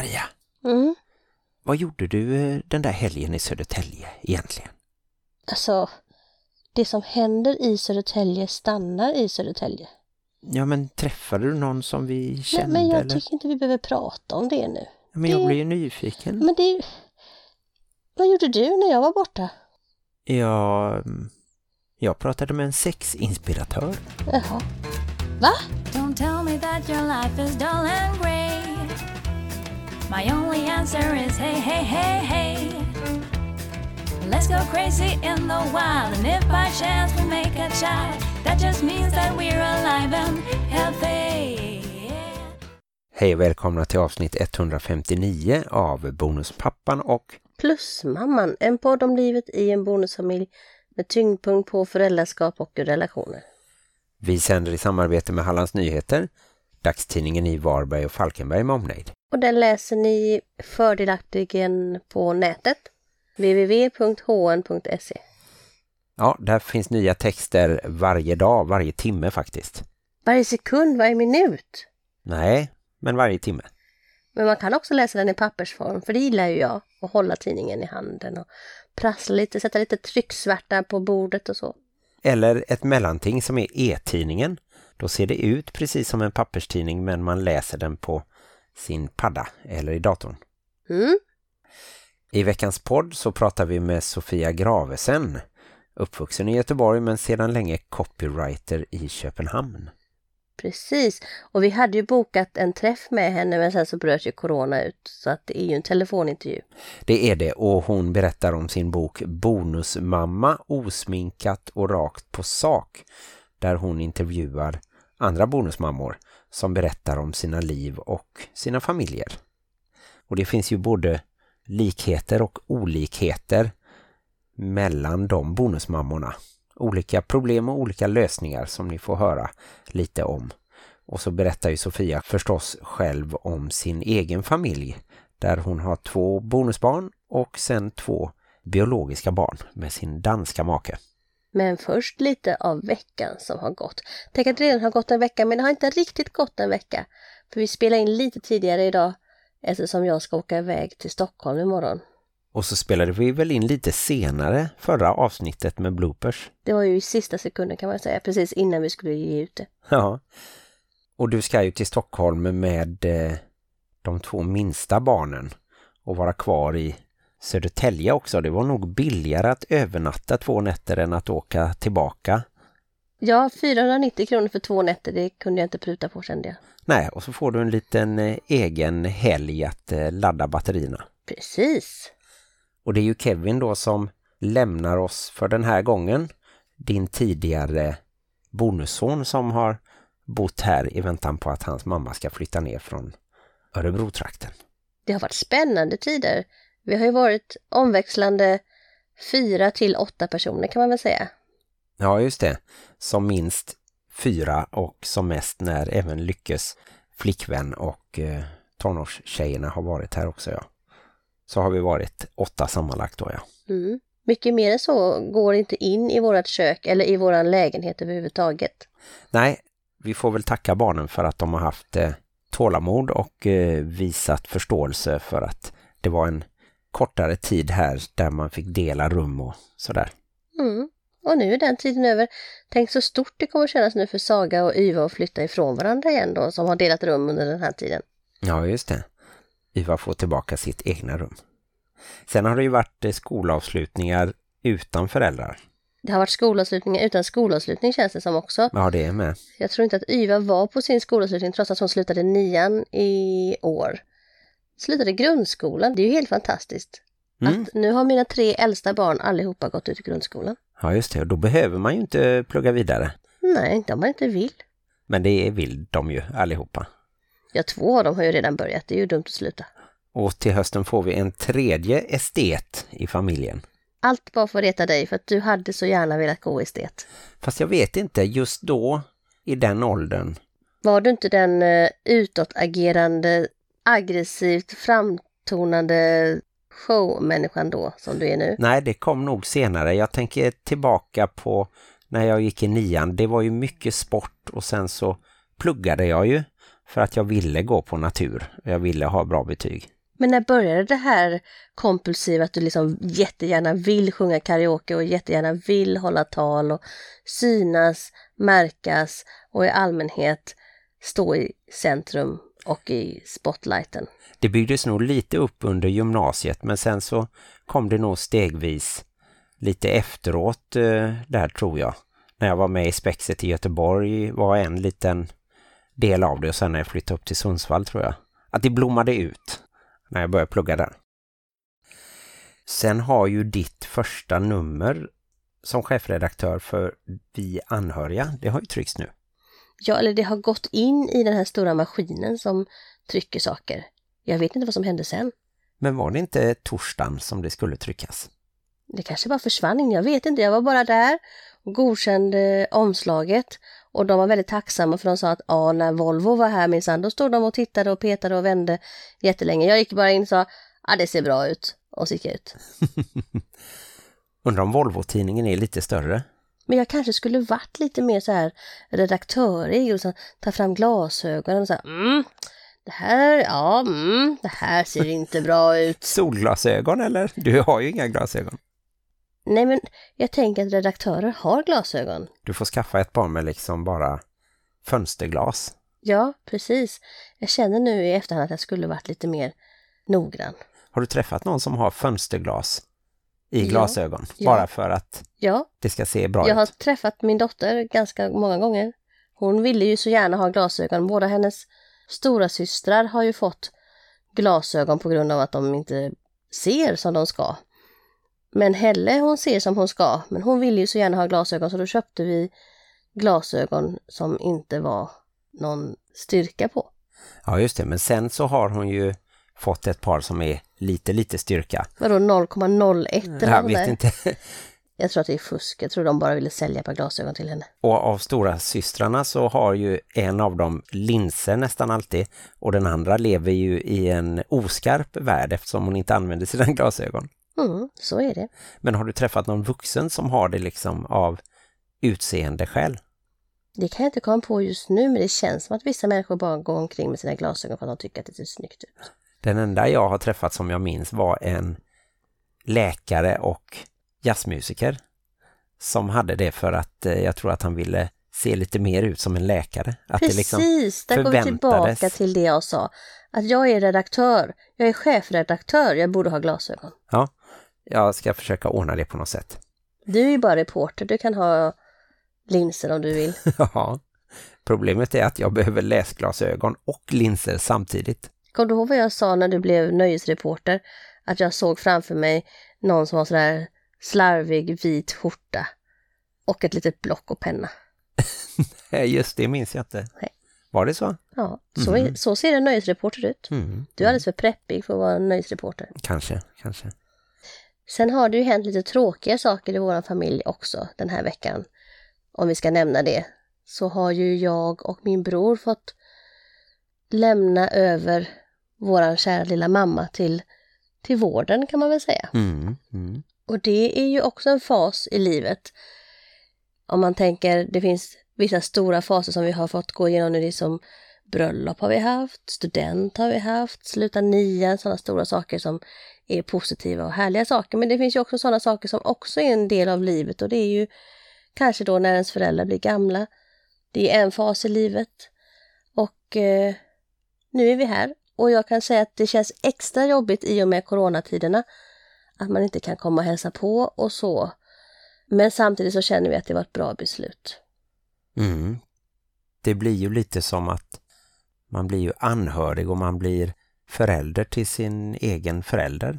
Maria, Mm. vad gjorde du den där helgen i Södertälje egentligen? Alltså, det som händer i Södertälje stannar i Södertälje. Ja, men träffade du någon som vi kände? Nej, men jag eller? tycker inte vi behöver prata om det nu. Men jag blev ju nyfiken. Men det... Vad gjorde du när jag var borta? Jag pratade med en sexinspiratör. Jaha. Va? Don't tell me that your life is dull and grey. My only answer is hey, hey, hey, hey. Let's go crazy in the wild. And if by chance we make a child, that just means that we're alive and healthy. Hej och välkomna till avsnitt 159 av Bonuspappan och Plusmamman, en podd om livet i en bonusfamilj med tyngdpunkt på föräldraskap och relationer. vi sänder i samarbete med Hallands Nyheter, dagstidningen i Varberg och Falkenberg med omnejd. Och den läser ni fördelaktigen på nätet, www.hn.se. Ja, där finns nya texter varje dag, varje timme faktiskt. Varje sekund, varje minut. Nej, men varje timme. Men man kan också läsa den i pappersform, för det gillar ju jag. Att hålla tidningen i handen och prassla lite, sätta lite trycksvärta på bordet och så. Eller ett mellanting som är e-tidningen. Då ser det ut precis som en papperstidning, men man läser den på sin padda eller i datorn. Mm. I veckans podd så pratar vi med Sofia Gravesen, uppvuxen i Göteborg men sedan länge copywriter i Köpenhamn. Precis, och vi hade ju bokat en träff med henne, men sen så bröt ju corona ut, så att det är ju en telefonintervju. Det är det, och hon berättar om sin bok Bonusmamma, osminkat och rakt på sak, där hon intervjuar andra bonusmammor som berättar om sina liv och sina familjer. Och det finns ju både likheter och olikheter mellan de bonusmammorna. Olika problem och olika lösningar som ni får höra lite om. Och så berättar ju Sofia förstås själv om sin egen familj, där hon har 2 bonusbarn och sen 2 biologiska barn med sin danska make. Men först lite av veckan som har gått. Tänk att det redan har gått en vecka, men det har inte riktigt gått en vecka. För vi spelar in lite tidigare idag, eftersom jag ska åka iväg till Stockholm imorgon. Och så spelade vi väl in lite senare förra avsnittet med bloopers. Det var ju i sista sekunden kan man säga, precis innan vi skulle ge ut det. Ja, och du ska ju till Stockholm med de 2 minsta barnen och vara kvar i Södertälje också. Det var nog billigare att övernatta 2 nätter än att åka tillbaka. Ja, 490 kronor för 2 nätter, det kunde jag inte pruta på, kände jag. Nej, och så får du en liten egen helg att ladda batterierna. Precis. Och det är ju Kevin då som lämnar oss för den här gången. Din tidigare bonusson som har bott här i väntan på att hans mamma ska flytta ner från Örebro-trakten. Det har varit spännande tider. Vi har ju varit omväxlande 4 till 8 personer kan man väl säga. Ja, just det. Som minst 4 och som mest när även Lyckes flickvän och tonårstjejerna har varit här också, ja. Så har vi varit 8 sammanlagt då, ja. Mm. Mycket mer än så går inte in i vårt kök eller i våran lägenhet överhuvudtaget. Nej, vi får väl tacka barnen för att de har haft tålamod och visat förståelse för att det var en kortare tid här där man fick dela rum och sådär. Mm. Och nu är den tiden över. Tänk så stort det kommer kännas nu för Saga och Yva att flytta ifrån varandra igen då, som har delat rum under den här tiden. Ja, just det. Yva får tillbaka sitt egna rum. Sen har det ju varit skolavslutningar utan föräldrar. Det har varit skolavslutningar utan skolavslutning känns det som också. Ja, det är med. Jag tror inte att Yva var på sin skolavslutning trots att hon slutade 9 i år. Slutade grundskolan, det är ju helt fantastiskt. Att nu har mina 3 äldsta barn allihopa gått ut i grundskolan. Ja, just det. Och då behöver man ju inte plugga vidare. Nej, inte om man inte vill. Men det vill de ju allihopa. Ja, 2 av dem har ju redan börjat. Det är ju dumt att sluta. Och till hösten får vi en 3:e estet i familjen. Allt bara för att reta dig för att du hade så gärna velat gå estet. Fast jag vet inte, just då, i den åldern. Var du inte den utåtagerande, aggressivt framtonande showmänniskan då som du är nu? Nej, det kom nog senare. Jag tänker tillbaka på när jag gick i 9:an. Det var ju mycket sport och sen så pluggade jag ju för att jag ville gå på natur. Jag ville ha bra betyg. Men när började det här kompulsiva att du liksom jättegärna vill sjunga karaoke och jättegärna vill hålla tal och synas, märkas och i allmänhet stå i centrum och i spotlighten? Det byggdes nog lite upp under gymnasiet, men sen så kom det nog stegvis lite efteråt där, tror jag. När jag var med i Spexet i Göteborg var en liten del av det, och sen när jag flyttade upp till Sundsvall, tror jag att det blommade ut när jag började plugga där. Sen har ju ditt första nummer som chefredaktör för Vi anhöriga, det har ju tryckts nu. Ja, eller det har gått in i den här stora maskinen som trycker saker. Jag vet inte vad som hände sen. Men var det inte torsdagen som det skulle tryckas? Det kanske bara försvann in, jag vet inte. Jag var bara där och godkände omslaget. Och de var väldigt tacksamma, för de sa att när Volvo var här minsann, då stod de och tittade och petade och vände jättelänge. Jag gick bara in och sa, det ser bra ut. Och så gick jag ut. Undrar om Volvo-tidningen är lite större? Men jag kanske skulle varit lite mer så här redaktörig och så ta fram glasögon och så här, det här ser inte bra ut. Solglasögon eller? Du har ju inga glasögon. Nej, men jag tänker att redaktörer har glasögon. Du får skaffa ett par med liksom bara fönsterglas. Ja, precis. Jag känner nu i efterhand att jag skulle varit lite mer noggrann. Har du träffat någon som har fönsterglas i glasögon? Ja. Bara för att det ska se bra ut? Jag har träffat min dotter ganska många gånger. Hon ville ju så gärna ha glasögon. Båda hennes stora systrar har ju fått glasögon på grund av att de inte ser som de ska. Men Helle, hon ser som hon ska. Men hon ville ju så gärna ha glasögon, så då köpte vi glasögon som inte var någon styrka på. Ja, just det. Men sen så har hon ju fått ett par som är lite styrka. Vadå, 0,01 eller jag vet inte. Jag tror att det är fusk. Jag tror de bara ville sälja ett par glasögon till henne. Och av stora systrarna så har ju en av dem linser nästan alltid. Och den andra lever ju i en oskarp värld eftersom hon inte använder sina glasögon. Så är det. Men har du träffat någon vuxen som har det liksom av utseende själv? Det kan jag inte komma på just nu, men det känns som att vissa människor bara går omkring med sina glasögon för att de tycker att det ser snyggt ut. Den enda jag har träffat som jag minns var en läkare och jazzmusiker som hade det för att jag tror att han ville se lite mer ut som en läkare. Att precis, det liksom där går vi tillbaka till det jag sa. Att jag är redaktör, jag är chefredaktör, jag borde ha glasögon. Ja, jag ska försöka ordna det på något sätt. Du är ju bara reporter, du kan ha linser om du vill. Ja, problemet är att jag behöver läsglasögon och linser samtidigt. Kommer du ihåg vad jag sa när du blev nöjesreporter? Att jag såg framför mig någon som var sådär slarvig vit skjorta och ett litet block och penna. Just det minns jag inte. Nej. Var det så? Ja, så ser en nöjesreporter ut. Du är alldeles för preppig för att vara en nöjesreporter. Kanske. Sen har det ju hänt lite tråkiga saker i vår familj också den här veckan. Om vi ska nämna det. Så har ju jag och min bror fått lämna över våran kära lilla mamma till vården, kan man väl säga. Och det är ju också en fas i livet. Om man tänker, det finns vissa stora faser som vi har fått gå igenom nu. Det är som bröllop har vi haft, student har vi haft, sluta 9, sådana stora saker som är positiva och härliga saker. Men det finns ju också sådana saker som också är en del av livet, och det är ju kanske då när ens föräldrar blir gamla. Det är en fas i livet. Och nu är vi här. Och jag kan säga att det känns extra jobbigt i och med coronatiderna. Att man inte kan komma och hälsa på och så. Men samtidigt så känner vi att det var ett bra beslut. Det blir ju lite som att man blir ju anhörig och man blir förälder till sin egen förälder.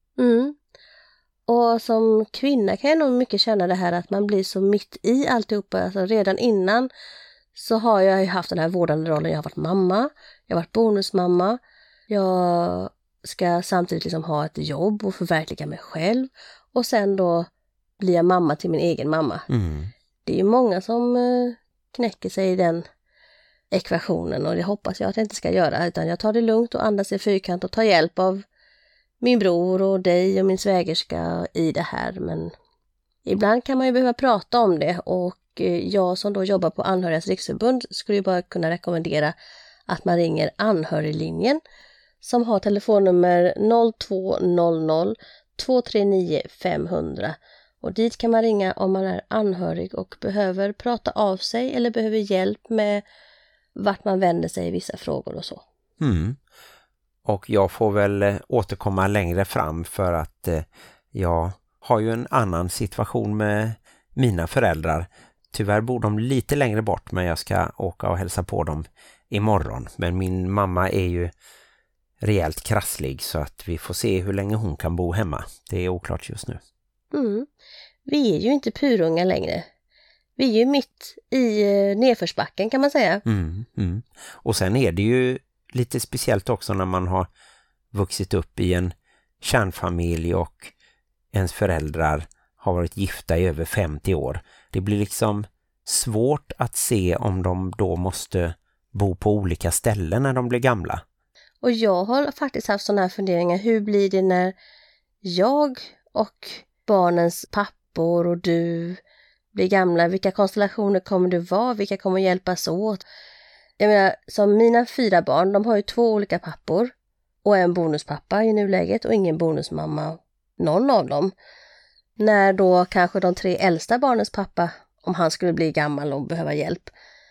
Och som kvinna kan jag nog mycket känna det här att man blir så mitt i alltihopa. Alltså redan innan så har jag ju haft den här vårdande rollen. Jag har varit mamma, jag har varit bonusmamma. Jag ska samtidigt liksom ha ett jobb och förverkliga mig själv. Och sen då blir jag mamma till min egen mamma. Det är ju många som knäcker sig i den ekvationen, och det hoppas jag att jag inte ska göra, utan jag tar det lugnt och andas i fyrkant och tar hjälp av min bror och dig och min svägerska i det här. Men ibland kan man ju behöva prata om det, och jag som då jobbar på Anhörigas riksförbund skulle ju bara kunna rekommendera att man ringer anhöriglinjen som har telefonnummer 0200 239 500. Och dit kan man ringa om man är anhörig och behöver prata av sig eller behöver hjälp med vart man vänder sig i vissa frågor och så. Och jag får väl återkomma längre fram för att jag har ju en annan situation med mina föräldrar. Tyvärr bor de lite längre bort, men jag ska åka och hälsa på dem imorgon. Men min mamma är ju rejält krasslig så att vi får se hur länge hon kan bo hemma. Det är oklart just nu. Vi är ju inte purunga längre. Vi är ju mitt i nedförsbacken kan man säga. Och sen är det ju lite speciellt också när man har vuxit upp i en kärnfamilj och ens föräldrar har varit gifta i över 50 år. Det blir liksom svårt att se om de då måste bo på olika ställen när de blir gamla. Och jag har faktiskt haft sådana här funderingar. Hur blir det när jag och barnens pappor och du blir gamla? Vilka konstellationer kommer det vara? Vilka kommer hjälpas åt? Jag menar, som mina 4 barn, de har ju 2 olika pappor och en bonuspappa i nuläget och ingen bonusmamma, någon av dem. När då kanske de 3 äldsta barnens pappa, om han skulle bli gammal och behöva hjälp,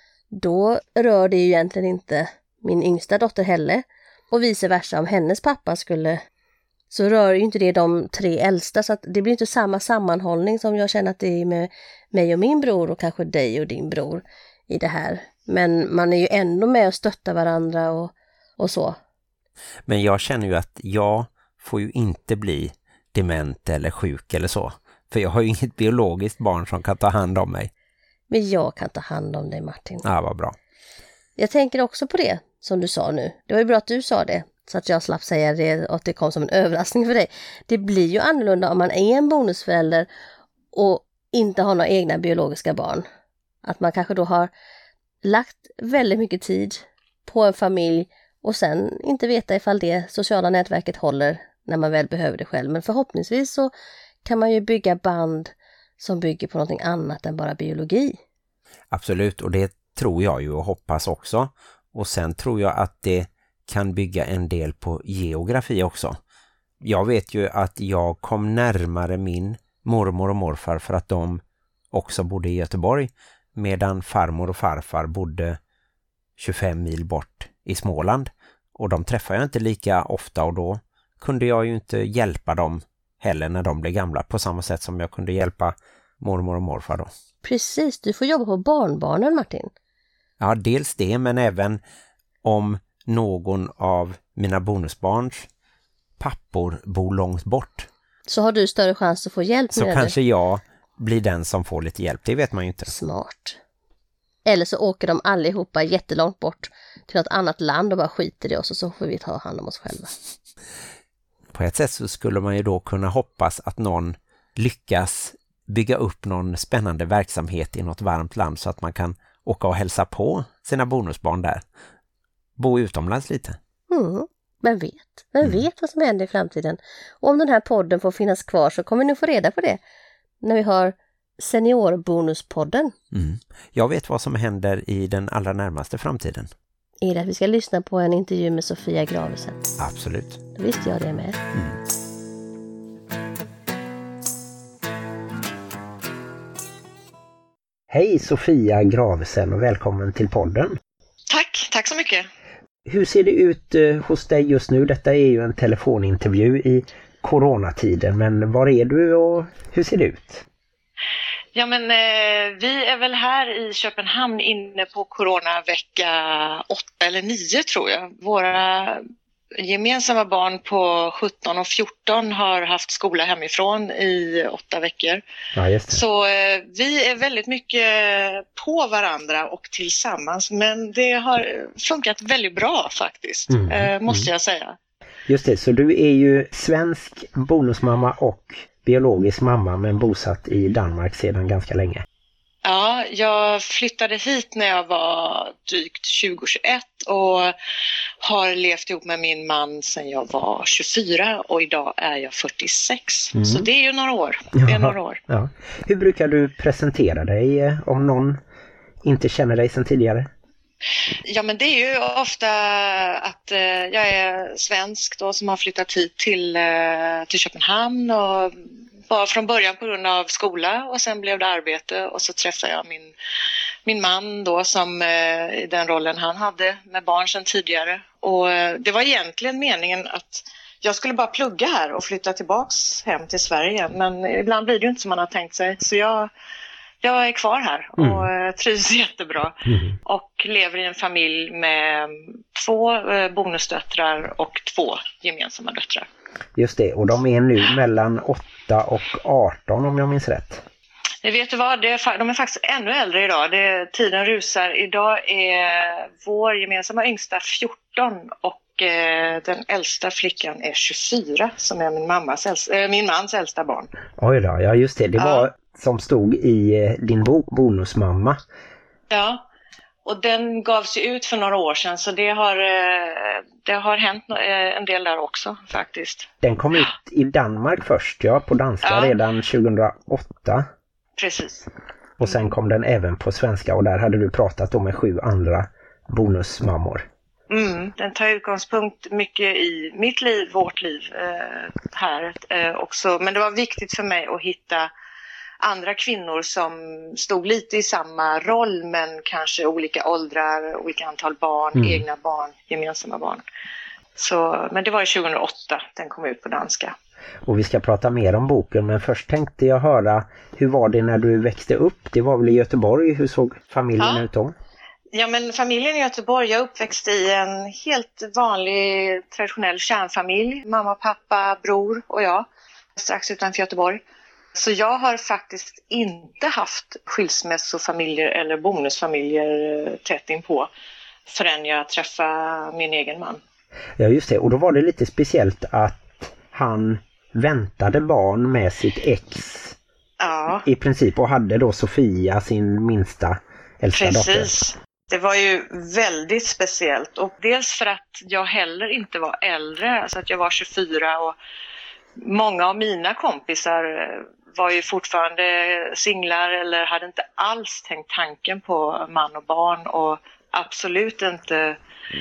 då rör det ju egentligen inte min yngsta dotter heller. Och vice versa, om hennes pappa skulle, så rör ju inte det de 3 äldsta, så att det blir inte samma sammanhållning som jag känner att det är med mig och min bror och kanske dig och din bror i det här. Men man är ju ändå med och stöttar varandra och så. Men jag känner ju att jag får ju inte bli dement eller sjuk eller så. För jag har ju inget biologiskt barn som kan ta hand om mig. Men jag kan ta hand om dig, Martin. Ja, vad bra. Jag tänker också på det som du sa nu. Det var ju bra att du sa det, så att jag slapp säga det och att det kom som en överraskning för dig. Det blir ju annorlunda om man är en bonusförälder och inte har några egna biologiska barn. Att man kanske då har lagt väldigt mycket tid på en familj och sen inte veta ifall det sociala nätverket håller när man väl behöver det själv. Men förhoppningsvis så kan man ju bygga band som bygger på någonting annat än bara biologi. Absolut, och det tror jag ju och hoppas också. Och sen tror jag att det kan bygga en del på geografi också. Jag vet ju att jag kom närmare min mormor och morfar för att de också bodde i Göteborg, medan farmor och farfar bodde 25 mil bort i Småland. Och de träffade jag inte lika ofta och då kunde jag ju inte hjälpa dem heller när de blev gamla på samma sätt som jag kunde hjälpa mormor och morfar då. Precis, du får jobba på barnbarnen, Martin. Ja, dels det, men även om någon av mina bonusbarns pappor bor långt bort. Så har du större chans att få hjälp. Så kanske jag blir den som får lite hjälp, det vet man ju inte. Smart. Eller så åker de allihopa jättelångt bort till något annat land och bara skiter i oss och så får vi ta hand om oss själva. På ett sätt så skulle man ju då kunna hoppas att någon lyckas bygga upp någon spännande verksamhet i något varmt land så att man kan åka och hälsa på sina bonusbarn där. Bo utomlands lite. Vem vet vad som händer i framtiden. Och om den här podden får finnas kvar så kommer ni få reda på det när vi har seniorbonuspodden. Jag vet vad som händer i den allra närmaste framtiden. Är det att vi ska lyssna på en intervju med Sofia Gravesen? Absolut. Då visste jag det med. Hej Sofia Gravesen och välkommen till podden. Tack så mycket. Hur ser det ut hos dig just nu? Detta är ju en telefonintervju i coronatiden, men var är du och hur ser det ut? Ja, men vi är väl här i Köpenhamn inne på coronavecka 8 eller 9 tror jag. Våra gemensamma barn på 17 och 14 har haft skola hemifrån i 8 veckor. Ja, just det. Så vi är väldigt mycket på varandra och tillsammans, men det har funkat väldigt bra faktiskt, måste jag säga. Just det, så du är ju svensk bonusmamma och biologisk mamma men bosatt i Danmark sedan ganska länge. Ja, jag flyttade hit när jag var drygt 20-21 och har levt ihop med min man sedan jag var 24 och idag är jag 46. Så det är ju några år. Det är några år. Ja. Hur brukar du presentera dig om någon inte känner dig sedan tidigare? Ja, men det är ju ofta att jag är svensk då som har flyttat hit till Köpenhamn och var från början på grund av skola och sen blev det arbete och så träffade jag min man då som i den rollen han hade med barn sedan tidigare. Och det var egentligen meningen att jag skulle bara plugga här och flytta tillbaks hem till Sverige, men ibland blir det ju inte som man har tänkt sig. Så jag är kvar här och trivs jättebra och lever i en familj med 2 bonusdöttrar och 2 gemensamma döttrar. Just det, och de är nu mellan 8 och 18 om jag minns rätt. Vet du vad, de är faktiskt ännu äldre idag. Tiden rusar. Idag är vår gemensamma yngsta 14 och den äldsta flickan är 24 som är min mans äldsta barn. Oj då, ja just det. Det var som stod i din bok Bonusmamma. Ja, och den gavs ju ut för några år sedan så det har hänt en del där också faktiskt. Den kom ut i Danmark först, på danska redan 2008. Precis. Och sen kom den även på svenska och där hade du pratat om med 7 andra bonusmammor. Den tar utgångspunkt mycket i mitt liv, vårt liv här också. Men det var viktigt för mig att hitta andra kvinnor som stod lite i samma roll men kanske olika åldrar, olika antal barn, egna barn, gemensamma barn. Men det var 2008 den kom ut på danska. Och vi ska prata mer om boken, men först tänkte jag höra, hur var det när du växte upp? Det var väl i Göteborg, hur såg familjen ut då? Ja, men familjen i Göteborg, jag uppväxte i en helt vanlig traditionell kärnfamilj. Mamma, pappa, bror och jag, strax utanför Göteborg. Så jag har faktiskt inte haft skilsmässofamiljer eller bonusfamiljer tätt inpå förrän jag träffade min egen man. Ja just det, och då var det lite speciellt att han väntade barn med sitt ex i princip och hade då Sofia, sin minsta äldsta dotter. Precis. Det var ju väldigt speciellt och dels för att jag heller inte var äldre, alltså att jag var 24 och många av mina kompisar var ju fortfarande singlar eller hade inte alls tänkt tanken på man och barn och absolut inte,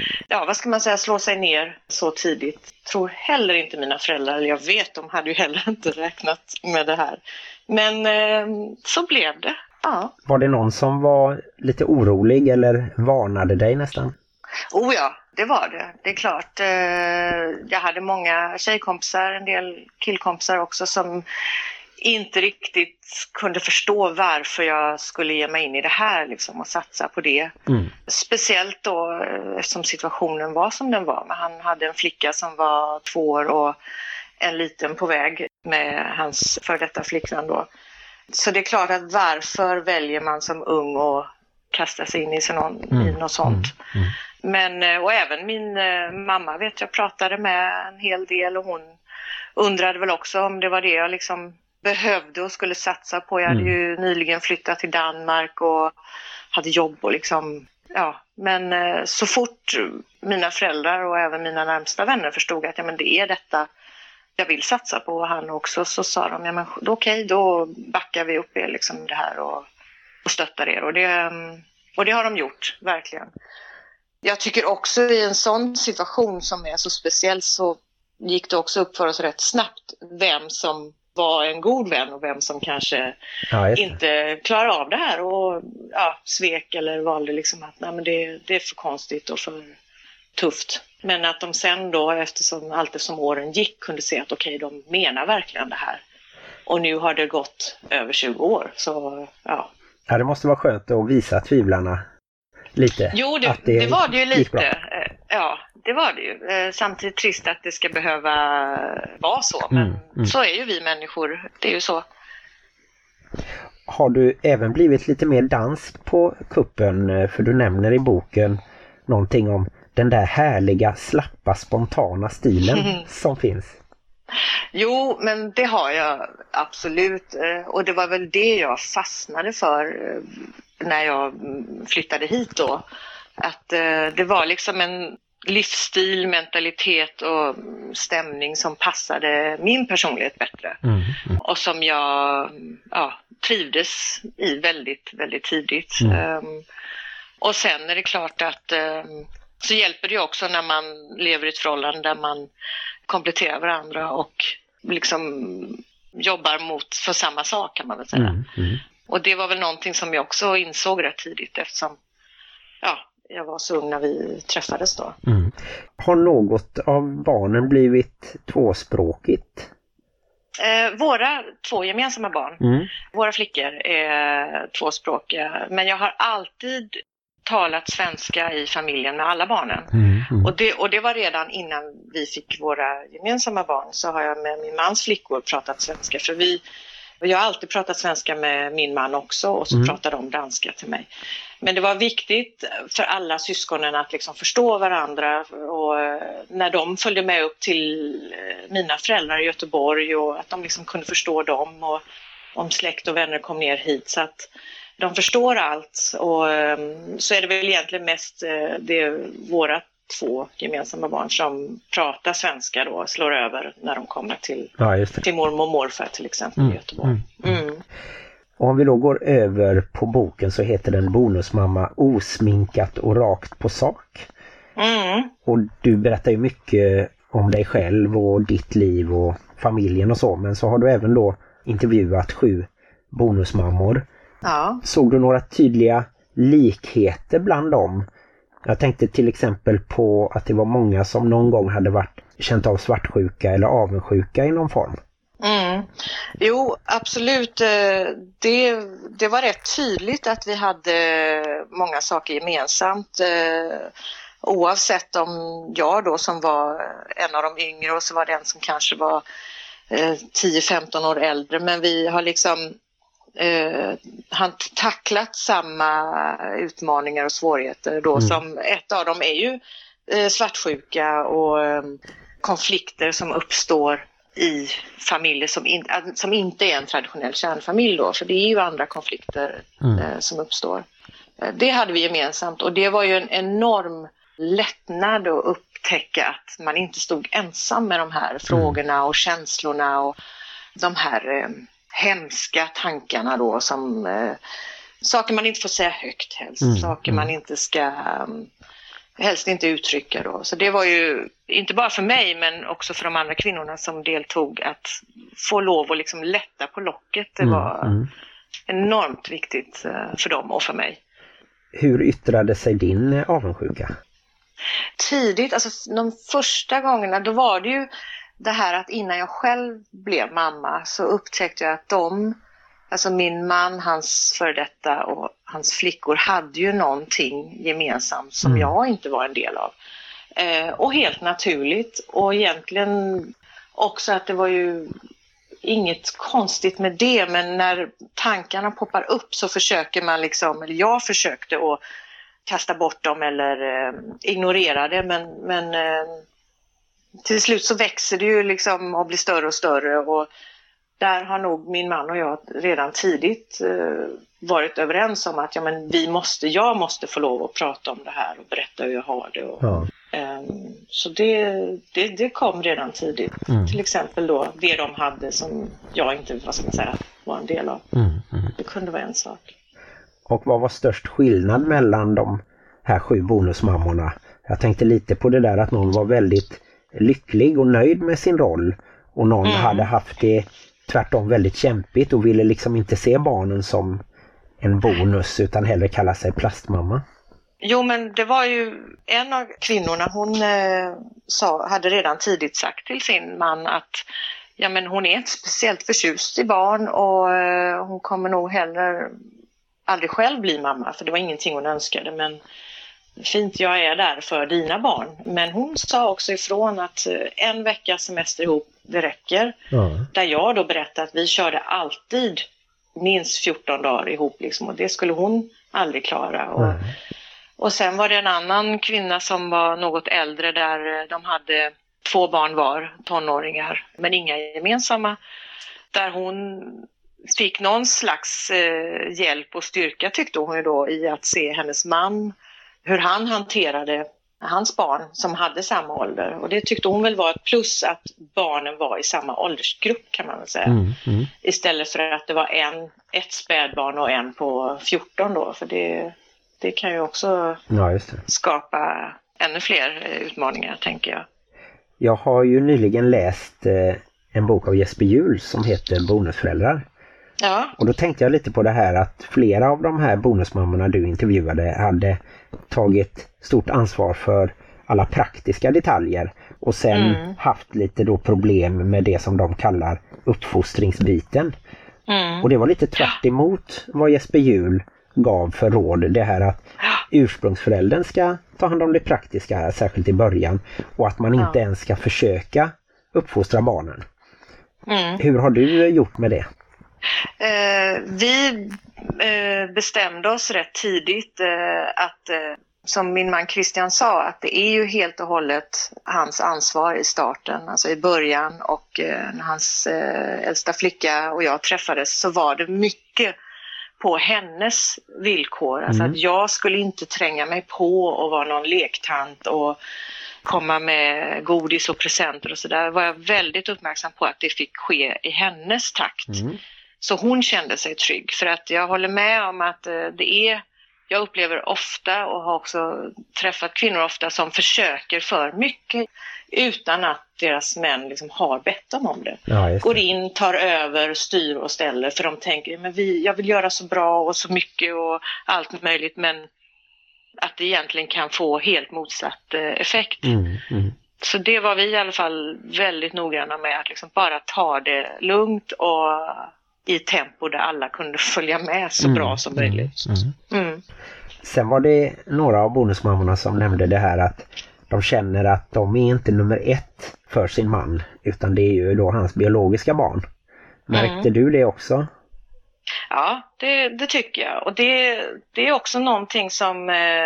slå sig ner så tidigt. Tror heller inte mina föräldrar, eller jag vet, de hade ju heller inte räknat med det här. Men så blev det. Ja. Var det någon som var lite orolig eller varnade dig nästan? Oh ja, det var det. Det är klart. Jag hade många tjejkompisar, en del killkompisar också som inte riktigt kunde förstå varför jag skulle ge mig in i det här liksom, och satsa på det. Speciellt då eftersom situationen var som den var. Men han hade en flicka som var 2 år och en liten på väg med hans för detta flickvän då. Så det är klart att varför väljer man som ung och kasta sig in i något sånt. Men, och även min mamma vet jag pratade med en hel del och hon undrade väl också om det var det jag liksom behövde och skulle satsa på. Jag hade ju nyligen flyttat till Danmark och hade jobb och liksom, men så fort mina föräldrar och även mina närmsta vänner förstod att men det är detta jag vill satsa på och han också, så sa de okej, då backar vi upp er liksom det här och stöttar er och det har de gjort, verkligen. Jag tycker också i en sån situation som är så speciell så gick det också upp för oss rätt snabbt vem som var en god vän och vem som kanske inte klarar av det här och svek eller valde liksom att nej, men det är för konstigt och för tufft. Men att de sen då eftersom åren gick kunde se att okej, de menar verkligen det här. Och nu har det gått över 20 år. Så ja, det måste vara skönt att visa tvivlarna lite. Jo, det var det ju lite. Ja, det var det ju. Samtidigt trist att det ska behöva vara så. Men så är ju vi människor. Det är ju så. Har du även blivit lite mer dansk på kuppen? För du nämner i boken någonting om den där härliga, slappa, spontana stilen som finns. Jo, men det har jag absolut. Och det var väl det jag fastnade för när jag flyttade hit då. Att det var liksom en livsstil, mentalitet och stämning som passade min personlighet bättre. Och som jag trivdes i väldigt, väldigt tidigt. Och sen är det klart att så hjälper det också när man lever i ett förhållande där man kompletterar varandra och liksom jobbar för samma sak, kan man väl säga. Och det var väl någonting som jag också insåg rätt tidigt, eftersom jag var så ung när vi träffades då. Har något av barnen blivit tvåspråkigt? Våra 2 gemensamma barn, våra flickor är tvåspråkiga, men jag har alltid talat svenska i familjen med alla barnen. Och det var redan innan vi fick våra gemensamma barn, så har jag med min mans flickor pratat svenska, för jag har alltid pratat svenska med min man också, och så pratade de danska till mig. Men det var viktigt för alla syskonen att liksom förstå varandra, och när de följde med upp till mina föräldrar i Göteborg, och att de liksom kunde förstå dem, och om släkt och vänner kom ner hit, så att de förstår allt. Och så är det väl egentligen mest våra 2 gemensamma barn som pratar svenska då, slår över när de kommer till mormor och morfar till exempel i Göteborg. Och om vi då går över på boken, så heter den Bonusmamma osminkat och rakt på sak. Och du berättar ju mycket om dig själv och ditt liv och familjen och så, men så har du även då intervjuat 7 bonusmammor. Ja. Såg du några tydliga likheter bland dem? Jag tänkte till exempel på att det var många som någon gång hade känt av svartsjuka eller avundsjuka i någon form. Jo, absolut. Det var rätt tydligt att vi hade många saker gemensamt. Oavsett om jag då, som var en av de yngre, och så var den som kanske var 10-15 år äldre. Men vi har liksom tacklat samma utmaningar och svårigheter då, som ett av dem är ju svartsjuka och konflikter som uppstår i familjer som inte är en traditionell kärnfamilj då, för det är ju andra konflikter som uppstår. Det hade vi gemensamt, och det var ju en enorm lättnad att upptäcka att man inte stod ensam med de här frågorna och känslorna och de här hemska tankarna då, som saker man inte får säga högt helst, saker man inte ska helst inte uttrycka då. Så det var ju inte bara för mig, men också för de andra kvinnorna som deltog, att få lov att liksom lätta på locket. Det var enormt viktigt för dem och för mig. Hur yttrade sig din avundsjuka? Tidigt, alltså de första gångerna, då var det ju det här att innan jag själv blev mamma så upptäckte jag att alltså min man, hans före detta och hans flickor hade ju någonting gemensamt som jag inte var en del av. Och helt naturligt, och egentligen också att det var ju inget konstigt med det, men när tankarna poppar upp så försöker man liksom, eller jag försökte att kasta bort dem eller ignorera det, men till slut så växer det ju liksom och blir större och större, och där har nog min man och jag redan tidigt varit överens om att jag måste få lov att prata om det här och berätta hur jag har det. Så det kom redan tidigt. Till exempel då det de hade som jag inte, var en del av. Det kunde vara en sak. Och vad var störst skillnad mellan de här 7 bonusmammorna? Jag tänkte lite på det där att någon var väldigt lycklig och nöjd med sin roll, och någon hade haft det tvärtom väldigt kämpigt och ville liksom inte se barnen som en bonus utan hellre kalla sig plastmamma. Jo, men det var ju en av kvinnorna, hon hade redan tidigt sagt till sin man att hon är inte speciellt förtjust i barn, och hon kommer nog heller aldrig själv bli mamma, för det var ingenting hon önskade, men fint, jag är där för dina barn. Men hon sa också ifrån att en vecka semester ihop, det räcker. Där jag då berättade att vi körde alltid minst 14 dagar ihop liksom, och det skulle hon aldrig klara. Och sen var det en annan kvinna som var något äldre, där de hade 2 barn var, tonåringar, men inga gemensamma. Där hon fick någon slags hjälp och styrka, tyckte hon ju då, i att se hennes man, hur han hanterade hans barn som hade samma ålder. Och det tyckte hon väl var ett plus, att barnen var i samma åldersgrupp, kan man väl säga. Istället för att det var ett spädbarn och en på 14 då. För det det kan ju också skapa ännu fler utmaningar, tänker jag. Jag har ju nyligen läst en bok av Jesper Juhl som heter Bonusföräldrar. Ja. Och då tänkte jag lite på det här att flera av de här bonusmammorna du intervjuade hade tagit stort ansvar för alla praktiska detaljer och sen haft lite då problem med det som de kallar uppfostringsbiten. Och det var lite tvärt emot vad Jesper Juhl gav för råd. Det här att ursprungsföräldern ska ta hand om det praktiska här, särskilt i början. Och att man inte ens ska försöka uppfostra barnen. Hur har du gjort med det? Vi bestämde oss rätt tidigt att, som min man Christian sa, att det är ju helt och hållet hans ansvar i starten, alltså i början, och när hans äldsta flicka och jag träffades så var det mycket på hennes villkor. Alltså att jag skulle inte tränga mig på och vara någon lektant och komma med godis och presenter och sådär. Var jag väldigt uppmärksam på att det fick ske i hennes takt. Så hon kände sig trygg. För att jag håller med om att jag upplever ofta och har också träffat kvinnor ofta som försöker för mycket utan att deras män liksom har bett dem om det. Går in, tar över, styr och ställer, för de tänker men jag vill göra så bra och så mycket och allt möjligt, men att det egentligen kan få helt motsatt effekt. Så det var vi i alla fall väldigt noggranna med, att liksom bara ta det lugnt och i tempo där alla kunde följa med så bra som möjligt. Sen var det några av bonusmammorna som nämnde det här att de känner att de är inte nummer 1 för sin man, utan det är ju då hans biologiska barn. Märkte du det också? Ja, det tycker jag. Och det är också någonting som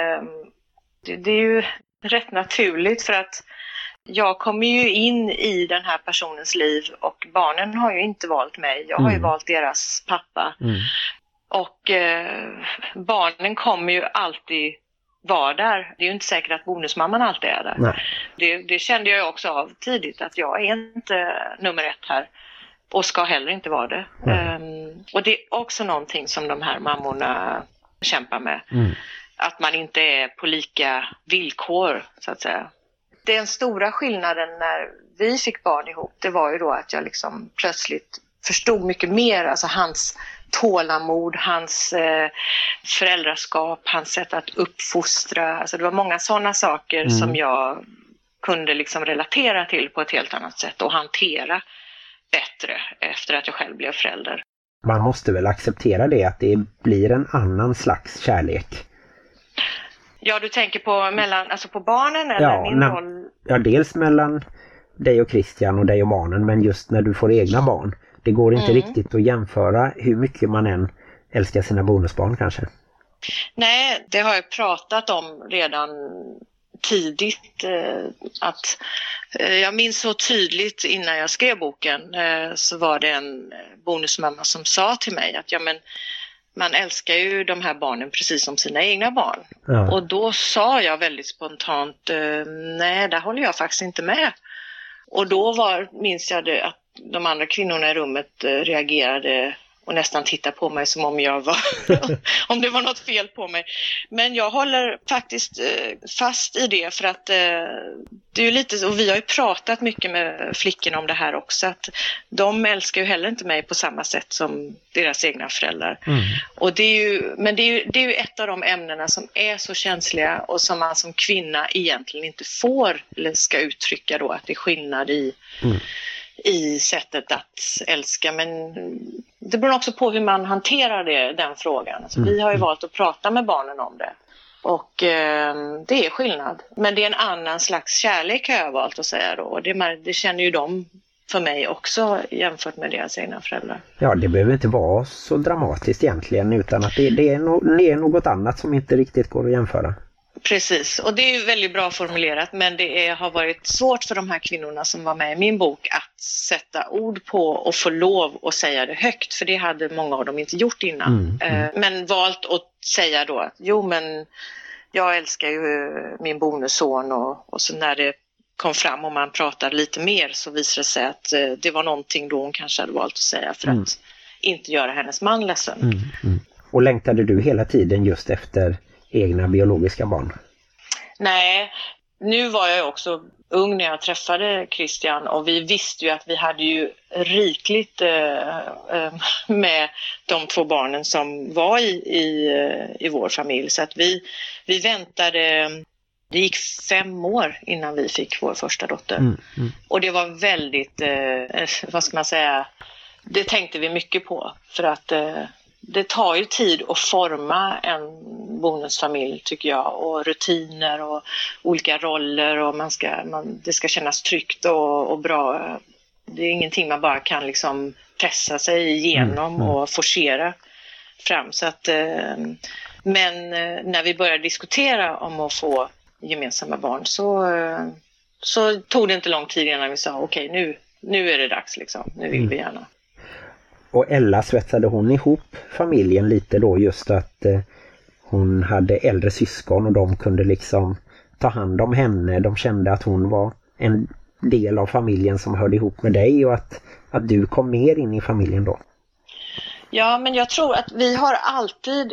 det är ju rätt naturligt, för att jag kommer ju in i den här personens liv och barnen har ju inte valt mig. Jag har ju valt deras pappa. Och barnen kommer ju alltid vara där. Det är ju inte säkert att bonusmamman alltid är där. Det kände jag också av tidigt, att jag är inte nummer 1 här. Och ska heller inte vara det. Och det är också någonting som de här mammorna kämpar med. Att man inte är på lika villkor, så att säga. Den stora skillnaden när vi fick barn ihop, det var ju då att jag liksom plötsligt förstod mycket mer. Alltså hans tålamod, hans föräldraskap, hans sätt att uppfostra. Alltså det var många sådana saker som jag kunde liksom relatera till på ett helt annat sätt och hantera bättre efter att jag själv blev förälder. Man måste väl acceptera det, att det blir en annan slags kärlek. Ja, du tänker på barnen eller min roll? Ja, dels mellan dig och Christian och dig och barnen, men just när du får egna barn. Det går inte riktigt att jämföra hur mycket man än älskar sina bonusbarn kanske. Nej, det har jag pratat om redan tidigt. Att jag minns så tydligt innan jag skrev boken, så var det en bonusmamma som sa till mig att man älskar ju de här barnen precis som sina egna barn. Och då sa jag väldigt spontant, nej, där håller jag faktiskt inte med. Och då minns jag det, att de andra kvinnorna i rummet reagerade och nästan tittade på mig som om om det var något fel på mig. Men jag håller faktiskt fast i det, för att det är ju lite, och vi har ju pratat mycket med flickorna om det här också, att de älskar ju heller inte mig på samma sätt som deras egna föräldrar. Och det är ju ett av de ämnena som är så känsliga och som man som kvinna egentligen inte får eller ska uttrycka då, att det är skillnad i sättet att älska, men det beror också på hur man hanterar den frågan. Alltså, vi har ju valt att prata med barnen om det, och det är skillnad, men det är en annan slags kärlek har jag valt att säga då, och det känner ju de för mig också jämfört med deras egna föräldrar. Ja, det behöver inte vara så dramatiskt egentligen, utan att det är något annat som inte riktigt går att jämföra. Precis, och det är ju väldigt bra formulerat, men det har varit svårt för de här kvinnorna som var med i min bok att sätta ord på och få lov att säga det högt, för det hade många av dem inte gjort innan. Men valt att säga då att men jag älskar ju min bonusson, och så när det kom fram och man pratade lite mer så visade det sig att det var någonting då hon kanske hade valt att säga för att inte göra hennes man ledsen. Och längtade du hela tiden just efter egna biologiska barn? Nej, nu var jag också ung när jag träffade Christian och vi visste ju att vi hade ju rikligt med de 2 barnen som var i vår familj. Så att vi väntade, det gick 5 år innan vi fick vår första dotter. Och det var väldigt, vad ska man säga, det tänkte vi mycket på för att det tar ju tid att forma en bonusfamilj tycker jag, och rutiner och olika roller och det ska kännas tryggt och bra. Det är ingenting man bara kan liksom pressa sig igenom och forcera fram. Så att, men när vi började diskutera om att få gemensamma barn så tog det inte lång tid innan vi sa okej, nu är det dags liksom, nu vill vi gärna. Och Ella, svetsade hon ihop familjen lite då, just att hon hade äldre syskon och de kunde liksom ta hand om henne. De kände att hon var en del av familjen som hörde ihop med dig och att du kom mer in i familjen då. Ja, men jag tror att vi har alltid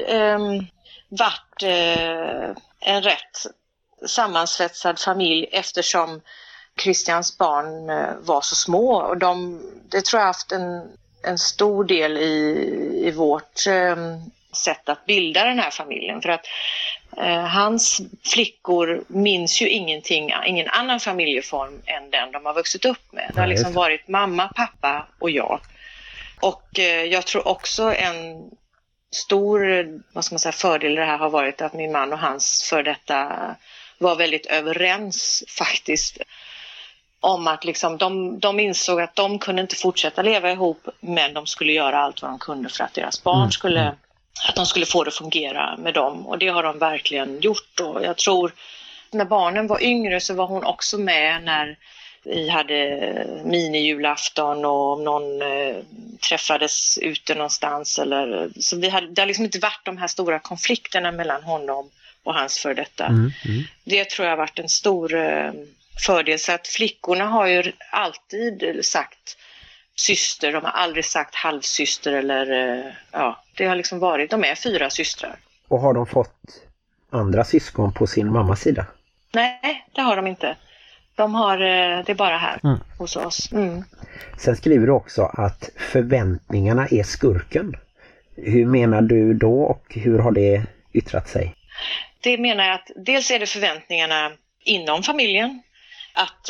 varit en rätt sammansvetsad familj eftersom Christians barn var så små och det tror jag haft en stor del i vårt sätt att bilda den här familjen. För att hans flickor minns ju ingen annan familjeform än den de har vuxit upp med. Det har liksom varit mamma, pappa och jag. Och jag tror också en stor, vad ska man säga, fördel i det här har varit att min man och hans för detta var väldigt överens faktiskt. Om att liksom, de insåg att de kunde inte fortsätta leva ihop, men de skulle göra allt vad de kunde för att deras barn att de skulle få det att fungera med dem. Och det har de verkligen gjort. Och jag tror när barnen var yngre så var hon också med när vi hade minijulafton och om någon träffades ute någonstans. Så det har liksom inte varit de här stora konflikterna mellan honom och hans för detta. Det tror jag har varit en stor fördel. Så att flickorna har ju alltid sagt syster, de har aldrig sagt halvsyster eller det har liksom varit, de är 4 systrar. Och har de fått andra syskon på sin mammas sida? Nej, det har de inte. De har, det är bara här hos oss. Sen skriver du också att förväntningarna är skurken. Hur menar du då och hur har det yttrat sig? Det menar jag att dels är det förväntningarna inom familjen. Att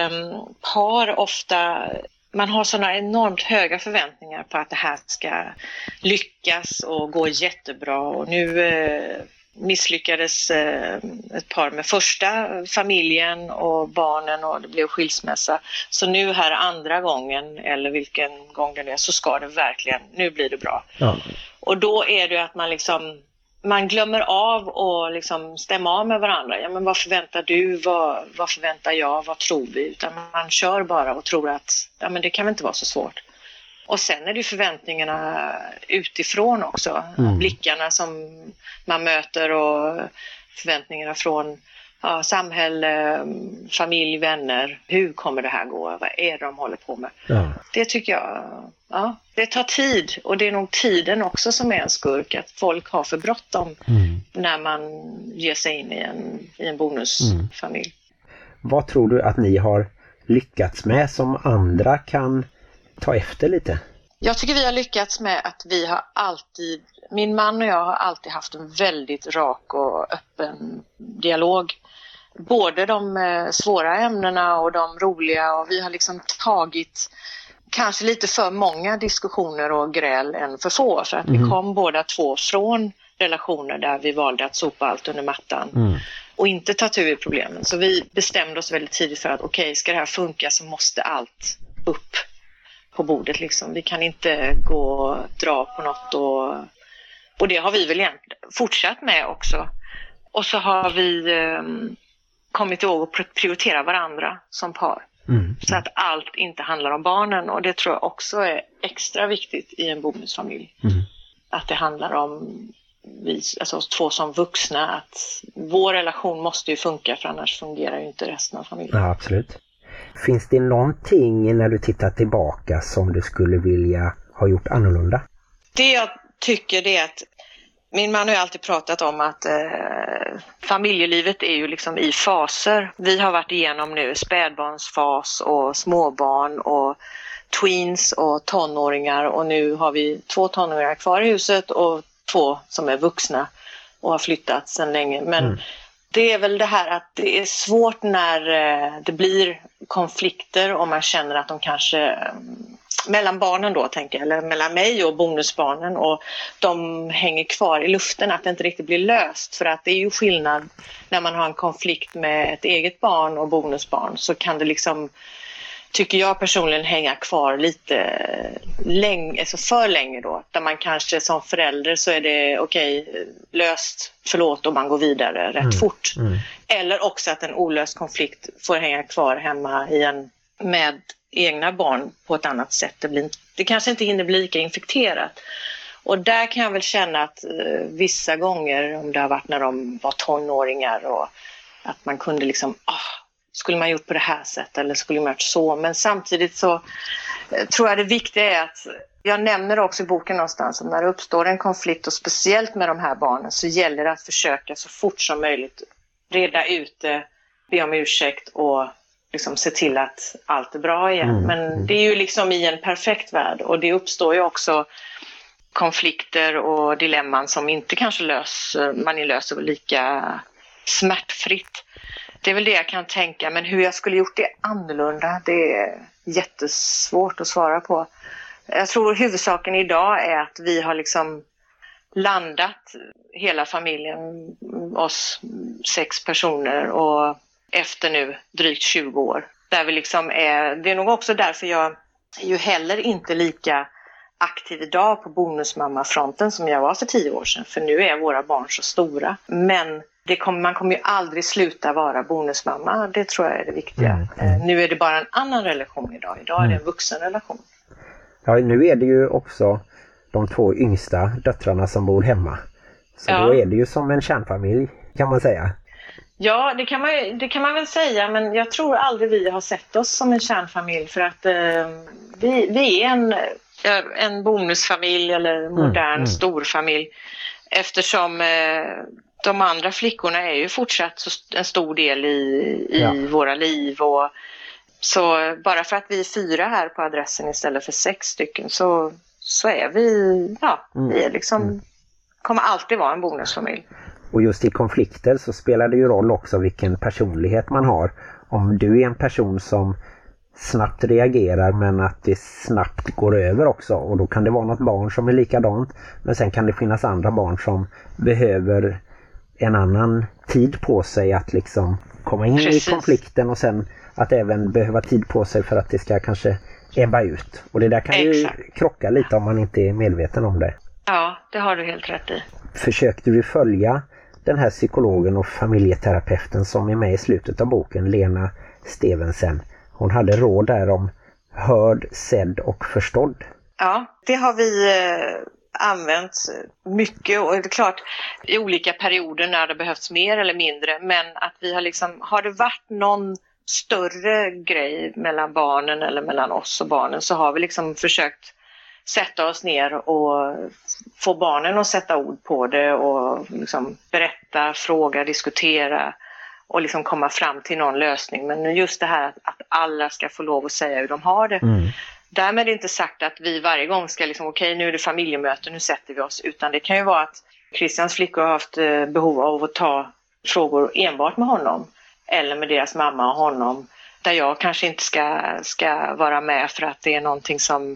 par ofta, man har sådana enormt höga förväntningar på att det här ska lyckas och gå jättebra. Och nu misslyckades ett par med första familjen och barnen och det blev skilsmässa. Så nu här andra gången eller vilken gång det är så ska det verkligen, nu blir det bra. Ja. Och då är det att man glömmer av och liksom stämma av med varandra. Ja, men vad förväntar du? Vad förväntar jag? Vad tror vi? Utan man kör bara och tror att men det kan väl inte vara så svårt. Och sen är det förväntningarna utifrån också. Blickarna som man möter och förväntningarna från samhälle, familj, vänner. Hur kommer det här gå? Vad är det de håller på med? Ja. Det tycker jag, det tar tid. Och det är nog tiden också som är en skurk. Att folk har för bråttom när man ger sig in i en bonusfamilj. Vad tror du att ni har lyckats med som andra kan ta efter lite? Jag tycker vi har lyckats med att vi har alltid, min man och jag har alltid haft en väldigt rak och öppen dialog. Både de svåra ämnena och de roliga, och vi har liksom tagit kanske lite för många diskussioner och gräl än för få, för att vi kom båda två från relationer där vi valde att sopa allt under mattan och inte ta tur i problemen. Så vi bestämde oss väldigt tidigt för att okej, ska det här funka så måste allt upp på bordet liksom. Vi kan inte gå och dra på något och det har vi väl egentligen fortsatt med också. Och så har vi kommit ihåg att prioritera varandra som par. Så att allt inte handlar om barnen, och det tror jag också är extra viktigt i en bonusfamilj. Att det handlar om alltså oss två som vuxna, att vår relation måste ju funka, för annars fungerar ju inte resten av familjen. Ja, absolut. Finns det någonting när du tittar tillbaka som du skulle vilja ha gjort annorlunda? Det jag tycker det är att Min man har ju alltid pratat om att familjelivet är ju liksom i faser. Vi har varit igenom nu spädbarnsfas och småbarn och tweens och tonåringar, och nu har vi 2 tonåringar kvar i huset och 2 som är vuxna och har flyttat sedan länge. Men det är väl det här att det är svårt när det blir konflikter och man känner att de kanske mellan barnen då, tänker jag, eller mellan mig och bonusbarnen, och de hänger kvar i luften, att det inte riktigt blir löst. För att det är ju skillnad när man har en konflikt med ett eget barn och bonusbarn, så kan det liksom, tycker jag personligen, hänga kvar lite länge, alltså för länge då. Där man kanske som förälder så är det okej, löst, förlåt, och man går vidare rätt fort. Eller också att en olöst konflikt får hänga kvar hemma med egna barn på ett annat sätt. Det kanske inte hinner bli lika infekterat. Och där kan jag väl känna att vissa gånger, om det har varit när de var tonåringar, och att man kunde liksom, skulle man gjort på det här sättet eller skulle man gjort så. Men samtidigt så tror jag det viktiga är att, jag nämner också i boken någonstans, att när det uppstår en konflikt, och speciellt med de här barnen, så gäller det att försöka så fort som möjligt reda ut det, be om ursäkt och liksom se till att allt är bra igen. Men det är ju liksom i en perfekt värld, och det uppstår ju också konflikter och dilemman som inte kanske löser lika smärtfritt. Det är väl det jag kan tänka, men hur jag skulle gjort det annorlunda, det är jättesvårt att svara på. Jag tror huvudsaken idag är att vi har liksom landat, hela familjen, oss 6 personer, och efter nu drygt 20 år. Där vi liksom det är nog också därför jag är ju heller inte lika aktiv idag på bonusmammafronten som jag var för 10 år sedan. För nu är våra barn så stora. Men man kommer ju aldrig sluta vara bonusmamma. Det tror jag är det viktiga. Nu är det bara en annan relation idag. Idag är det en vuxen relation. Ja, nu är det ju också de 2 yngsta döttrarna som bor hemma. Så då är det ju som en kärnfamilj, kan man säga. Ja, det kan man väl säga, men jag tror aldrig vi har sett oss som en kärnfamilj, för att vi är en bonusfamilj eller modern storfamilj, eftersom de andra flickorna är ju fortsatt en stor del i våra liv, och så bara för att vi är 4 här på adressen istället för 6 stycken, så är vi är liksom kommer alltid vara en bonusfamilj. Och just i konflikter så spelar det ju roll också vilken personlighet man har. Om du är en person som snabbt reagerar, men att det snabbt går över också, och då kan det vara något barn som är likadant, men sen kan det finnas andra barn som behöver en annan tid på sig att liksom komma in i konflikten, och sen att även behöva tid på sig för att det ska kanske ebba ut. Och det där kan ju krocka lite om man inte är medveten om det. Ja, det har du helt rätt i. Försökte du följa den här psykologen och familjeterapeuten som är med i slutet av boken, Lena Stevensen? Hon hade råd där om hörd, sedd och förstådd. Ja, det har vi använt mycket, och det är klart i olika perioder när det behövs mer eller mindre, men att vi har liksom, har det varit någon större grej mellan barnen eller mellan oss och barnen, så har vi liksom försökt sätta oss ner och få barnen att sätta ord på det och liksom berätta, fråga, diskutera och liksom komma fram till någon lösning. Men just det här att alla ska få lov att säga hur de har det. Därmed är det inte sagt att vi varje gång ska liksom, okej, nu är det familjemöte, nu sätter vi oss. Utan det kan ju vara att Christians flickor har haft behov av att ta frågor enbart med honom. Eller med deras mamma och honom. Där jag kanske inte ska vara med för att det är någonting som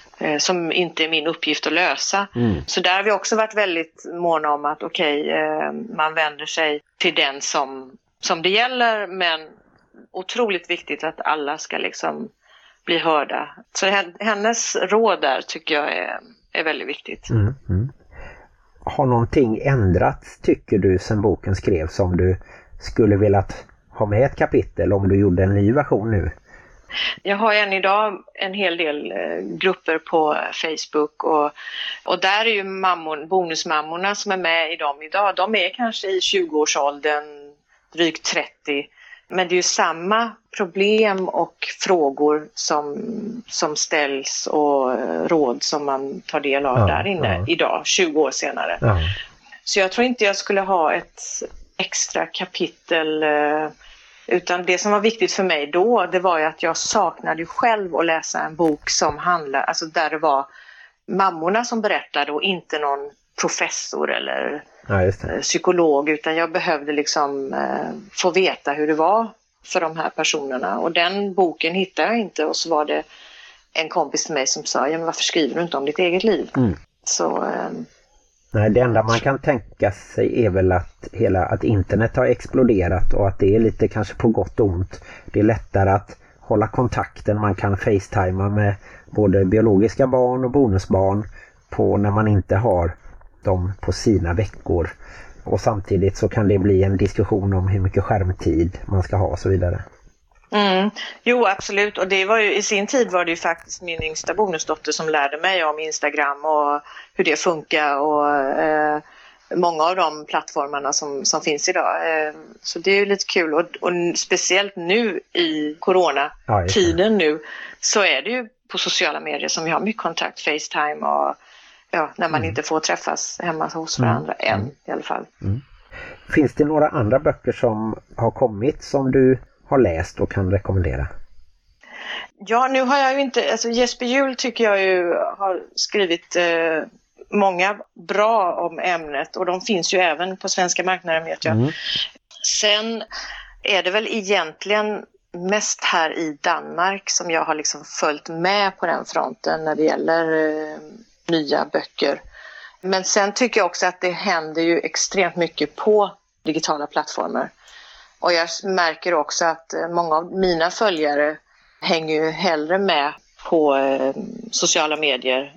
inte är min uppgift att lösa. Så där har vi också varit väldigt måna om att man vänder sig till den som det gäller, men otroligt viktigt att alla ska liksom bli hörda. Så hennes råd där tycker jag är väldigt viktigt. Har någonting ändrats, tycker du, sen boken skrevs, som du skulle velat ha med ett kapitel om du gjorde en ny version nu? Jag har än idag en hel del grupper på Facebook, och där är ju bonusmammorna som är med i dem idag. De är kanske i 20-årsåldern, drygt 30. Men det är ju samma problem och frågor som ställs och råd som man tar del av där inne idag, 20 år senare. Så jag tror inte jag skulle ha ett extra kapitel, utan det som var viktigt för mig då, det var ju att jag saknade själv att läsa en bok som handlar, alltså där det var mammorna som berättade och inte någon professor eller psykolog, utan jag behövde liksom få veta hur det var för de här personerna, och den boken hittade jag inte, och så var det en kompis till mig som sa, ja men varför skriver du inte om ditt eget liv? Så nej, det enda man kan tänka sig är väl att internet har exploderat och att det är lite kanske på gott och ont. Det är lättare att hålla kontakten, man kan facetima med både biologiska barn och bonusbarn på när man inte har dem på sina veckor. Och samtidigt så kan det bli en diskussion om hur mycket skärmtid man ska ha och så vidare. Jo, absolut. Och det var ju, i sin tid var det ju faktiskt min yngsta bonusdotter som lärde mig om Instagram och hur det funkar och många av de plattformarna som finns idag. Så det är ju lite kul, och speciellt nu i coronatiden nu så är det ju på sociala medier som vi har mycket kontakt, FaceTime och när man inte får träffas hemma hos varandra än i alla fall. Finns det några andra böcker som har kommit som du har läst och kan rekommendera? Ja, nu har jag ju inte, alltså Jesper Juhl tycker jag ju har skrivit många bra om ämnet, och de finns ju även på svenska marknaden, vet jag. Sen är det väl egentligen mest här i Danmark som jag har liksom följt med på den fronten när det gäller nya böcker. Men sen tycker jag också att det händer ju extremt mycket på digitala plattformar. Och jag märker också att många av mina följare hänger ju hellre med på sociala medier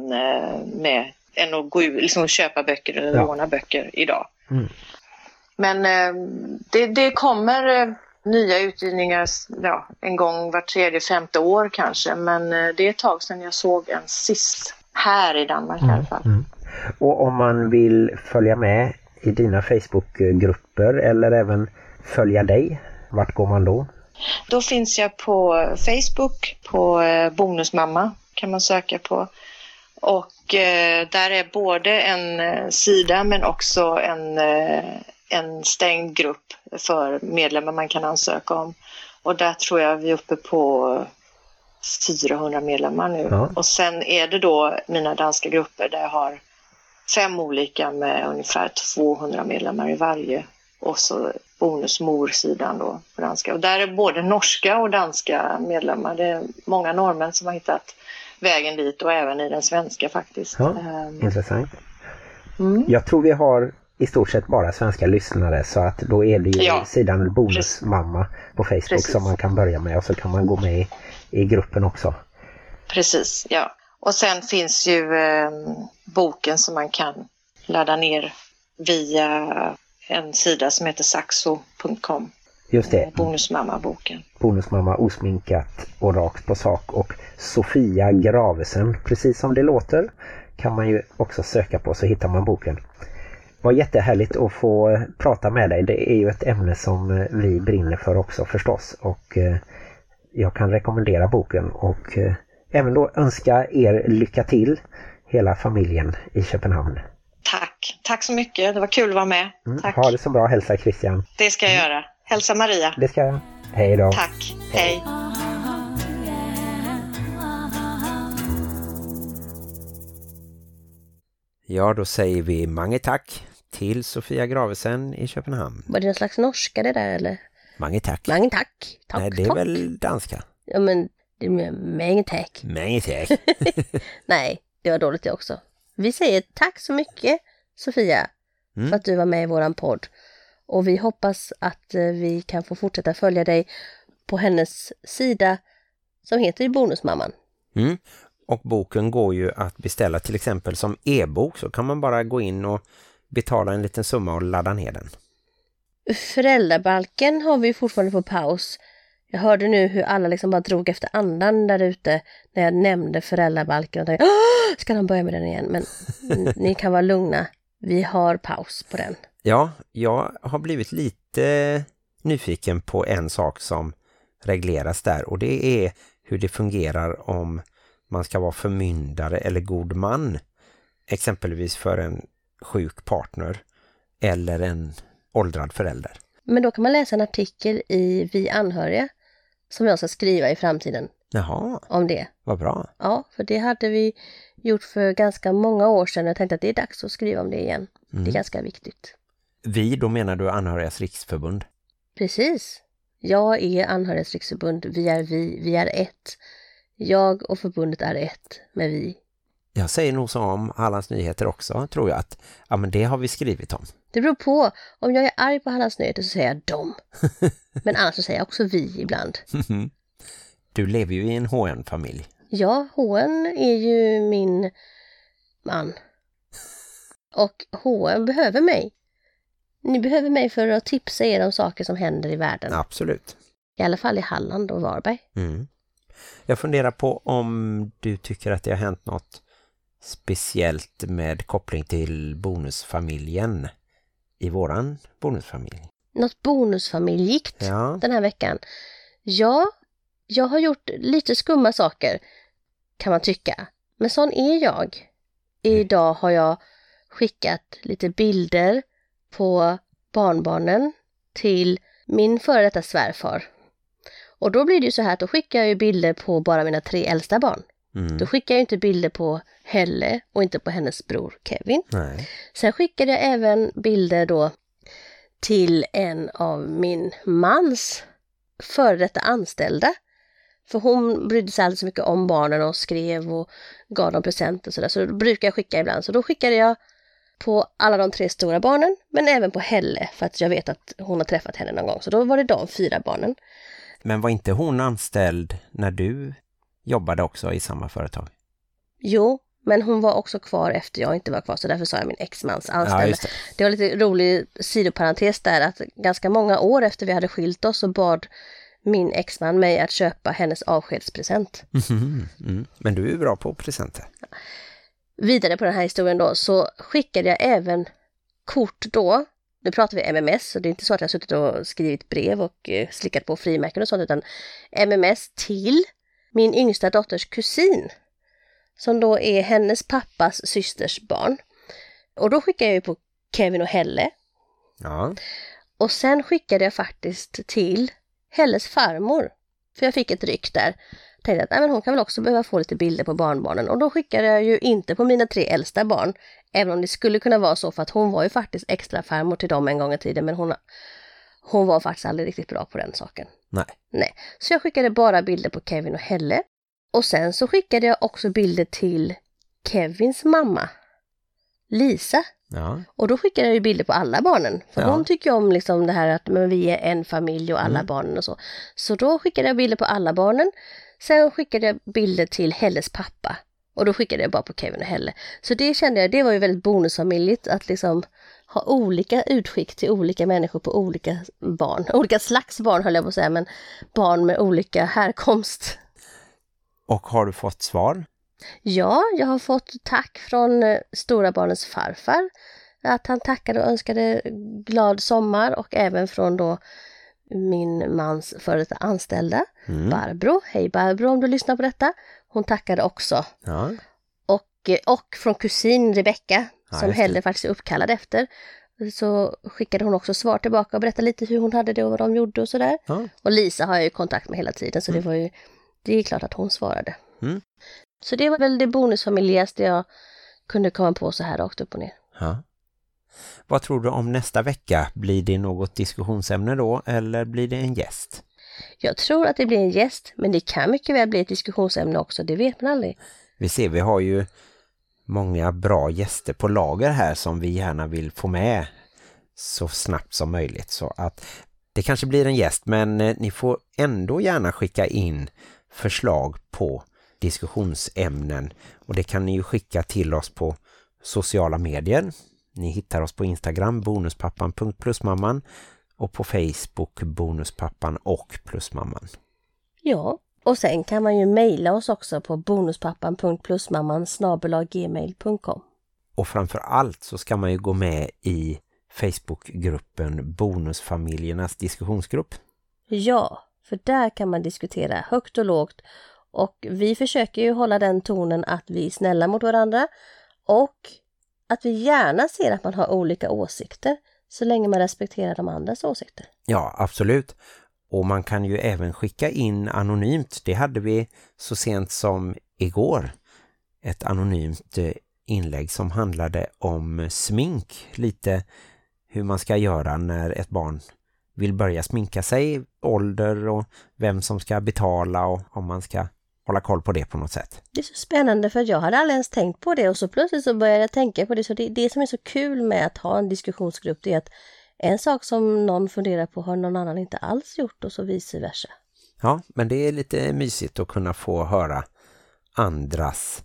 än att gå ut, liksom köpa böcker eller låna böcker idag. Men det kommer nya utgivningar en gång var 3-5 år kanske. Men det är ett tag sedan jag såg en sist här i Danmark i alla fall. Och om man vill följa med i dina Facebookgrupper eller även följa dig, vart går man då? Då finns jag på Facebook, på Bonusmamma kan man söka på. Och där är både en sida men också en stängd grupp för medlemmar man kan ansöka om. Och där tror jag vi är uppe på 400 medlemmar nu. Ja. Och sen är det då mina danska grupper där jag har 5 olika med ungefär 200 medlemmar i varje. Och så bonusmorsidan då på danska. Och där är både norska och danska medlemmar. Det är många norrmän som har hittat vägen dit och även i den svenska faktiskt. Ja, intressant. Jag tror vi har i stort sett bara svenska lyssnare, så att då är det ju sidan Bonusmamma på Facebook som man kan börja med, och så kan man gå med i gruppen också. Precis, ja. Och sen finns ju boken som man kan ladda ner via en sida som heter saxo.com. Just det. Bonusmamma-boken. Bonusmamma, osminkat och rakt på sak. Och Sofia Gravesen, precis som det låter, kan man ju också söka på, så hittar man boken. Det var jättehärligt att få prata med dig. Det är ju ett ämne som vi brinner för också förstås. Och jag kan rekommendera boken och även då önska er lycka till, hela familjen i Köpenhamn. Tack så mycket. Det var kul att vara med. Tack. Ha det så bra. Hälsa Christian. Det ska jag göra. Hälsa Maria. Det ska jag. Hej då. Tack. Hej. Ja, då säger vi mange tack till Sofia Gravesen i Köpenhamn. Var det någon slags norska det där eller? Mange tack. Mange tack. Tack. Nej, det är väl danska. Ja, men det är mange tack. Mange tack. Nej, det var dåligt det också. Vi säger tack så mycket, Sofia, för att du var med i våran podd. Och vi hoppas att vi kan få fortsätta följa dig på hennes sida som heter Bonusmamman. Och boken går ju att beställa till exempel som e-bok, så kan man bara gå in och betala en liten summa och ladda ner den. Föräldrabalken har vi fortfarande på paus. Jag hörde nu hur alla liksom bara drog efter andan där ute när jag nämnde föräldrabalken och tänkte, ska de börja med den igen? Men ni kan vara lugna, vi har paus på den. Ja, jag har blivit lite nyfiken på en sak som regleras där, och det är hur det fungerar om man ska vara förmyndare eller god man, exempelvis för en sjuk partner eller en åldrad förälder. Men då kan man läsa en artikel i Vi anhöriga som jag ska skriva i framtiden. Jaha, om det. Vad bra. Ja, för det hade vi gjort för ganska många år sedan. Jag tänkte att det är dags att skriva om det igen. Det är ganska viktigt. Vi, då menar du Anhörigas riksförbund? Precis. Jag är Anhörigas riksförbund. Vi är ett. Jag och förbundet är ett med vi. Jag säger nog så om Hallands Nyheter också, tror jag att men det har vi skrivit om. Det beror på. Om jag är arg på Hallands Nyheter så säger jag dem. Men annars så säger jag också vi ibland. Du lever ju i en HN-familj. Ja, HN är ju min man. Och HN behöver mig. Ni behöver mig för att tipsa er om saker som händer i världen. Absolut. I alla fall i Halland och Varberg. Jag funderar på om du tycker att det har hänt något speciellt med koppling till bonusfamiljen i våran bonusfamilj. Något bonusfamiljikt den här veckan. Ja, jag har gjort lite skumma saker kan man tycka. Men sån är jag. Idag har jag skickat lite bilder på barnbarnen till min före detta svärfar. Och då blir det ju så här att då skickar jag ju bilder på bara mina 3 äldsta barn. Då skickar jag inte bilder på Helle och inte på hennes bror Kevin. Nej. Sen skickade jag även bilder då till en av min mans före detta anställda. För hon brydde sig alldeles så mycket om barnen och skrev och gav dem presenter och sådär. Så då brukar jag skicka ibland. Så då skickade jag på alla de 3 stora barnen, men även på Helle för att jag vet att hon har träffat henne någon gång. Så då var det de 4 barnen. Men var inte hon anställd när du jobbade också i samma företag? Jo, men hon var också kvar efter jag inte var kvar, så därför sa jag min exmans anställda. Ja, det var lite rolig sidoparentes där att ganska många år efter vi hade skilt oss så bad min exman mig att köpa hennes avskedspresent. Men du är bra på presenter. Vidare på den här historien då så skickade jag även kort då. Nu pratar vi MMS och det är inte så att jag har suttit och skrivit brev och slickat på frimärken och sånt, utan MMS till min yngsta dotters kusin som då är hennes pappas systers barn. Och då skickade jag ju på Kevin och Helle. Ja. Och sen skickade jag faktiskt till Helles farmor. För jag fick ett ryck där. Tänkte att men hon kan väl också behöva få lite bilder på barnbarnen. Och då skickade jag ju inte på mina 3 äldsta barn. Även om det skulle kunna vara så, för att hon var ju faktiskt extra farmor till dem en gång i tiden. Men hon var faktiskt aldrig riktigt bra på den saken. Nej. Så jag skickade bara bilder på Kevin och Helle. Och sen så skickade jag också bilder till Kevins mamma, Lisa. Ja. Och då skickade jag ju bilder på alla barnen. För hon tycker om liksom det här att men vi är en familj och alla barnen och så. Så då skickade jag bilder på alla barnen. Sen skickade jag bilder till Helles pappa. Och då skickade jag bara på Kevin och Helle. Så det kände jag, det var ju väldigt bonusfamiljigt att liksom ha olika utskick till olika människor på olika barn. Olika slags barn höll jag på att säga, men barn med olika härkomst. Och har du fått svar? Ja, jag har fått tack från stora barnens farfar. Att han tackade och önskade glad sommar. Och även från då min mans före detta anställda, Barbro. Hej Barbro om du lyssnar på detta. Hon tackade också. Ja. Och från kusin Rebecca, som Helle faktiskt är uppkallad efter. Så skickade hon också svar tillbaka och berättade lite hur hon hade det och vad de gjorde och sådär. Ja. Och Lisa har jag ju kontakt med hela tiden, så det är klart att hon svarade. Så det var väl det bonusfamiljigaste jag kunde komma på så här rakt upp och ner. Ja. Vad tror du om nästa vecka? Blir det något diskussionsämne då eller blir det en gäst? Jag tror att det blir en gäst, men det kan mycket väl bli ett diskussionsämne också, det vet man aldrig. Vi har ju många bra gäster på lager här som vi gärna vill få med så snabbt som möjligt. Så att det kanske blir en gäst, men ni får ändå gärna skicka in förslag på diskussionsämnen. Och det kan ni ju skicka till oss på sociala medier. Ni hittar oss på Instagram, bonuspappan.plusmamman, och på Facebook, bonuspappan och plusmamman. Ja, och sen kan man ju mejla oss också på bonuspappan.plusmamman@gmail.com. Och framför allt så ska man ju gå med i Facebookgruppen Bonusfamiljernas diskussionsgrupp. Ja, för där kan man diskutera högt och lågt. Och vi försöker ju hålla den tonen att vi är snälla mot varandra och att vi gärna ser att man har olika åsikter så länge man respekterar de andras åsikter. Ja, absolut. Och man kan ju även skicka in anonymt. Det hade vi så sent som igår. Ett anonymt inlägg som handlade om smink. Lite hur man ska göra när ett barn vill börja sminka sig. Ålder och vem som ska betala och om man ska hålla koll på det på något sätt. Det är så spännande för jag hade aldrig ens tänkt på det och så plötsligt så började jag tänka på det. Så det som är så kul med att ha en diskussionsgrupp det är att en sak som någon funderar på har någon annan inte alls gjort och så vice versa. Ja, men det är lite mysigt att kunna få höra andras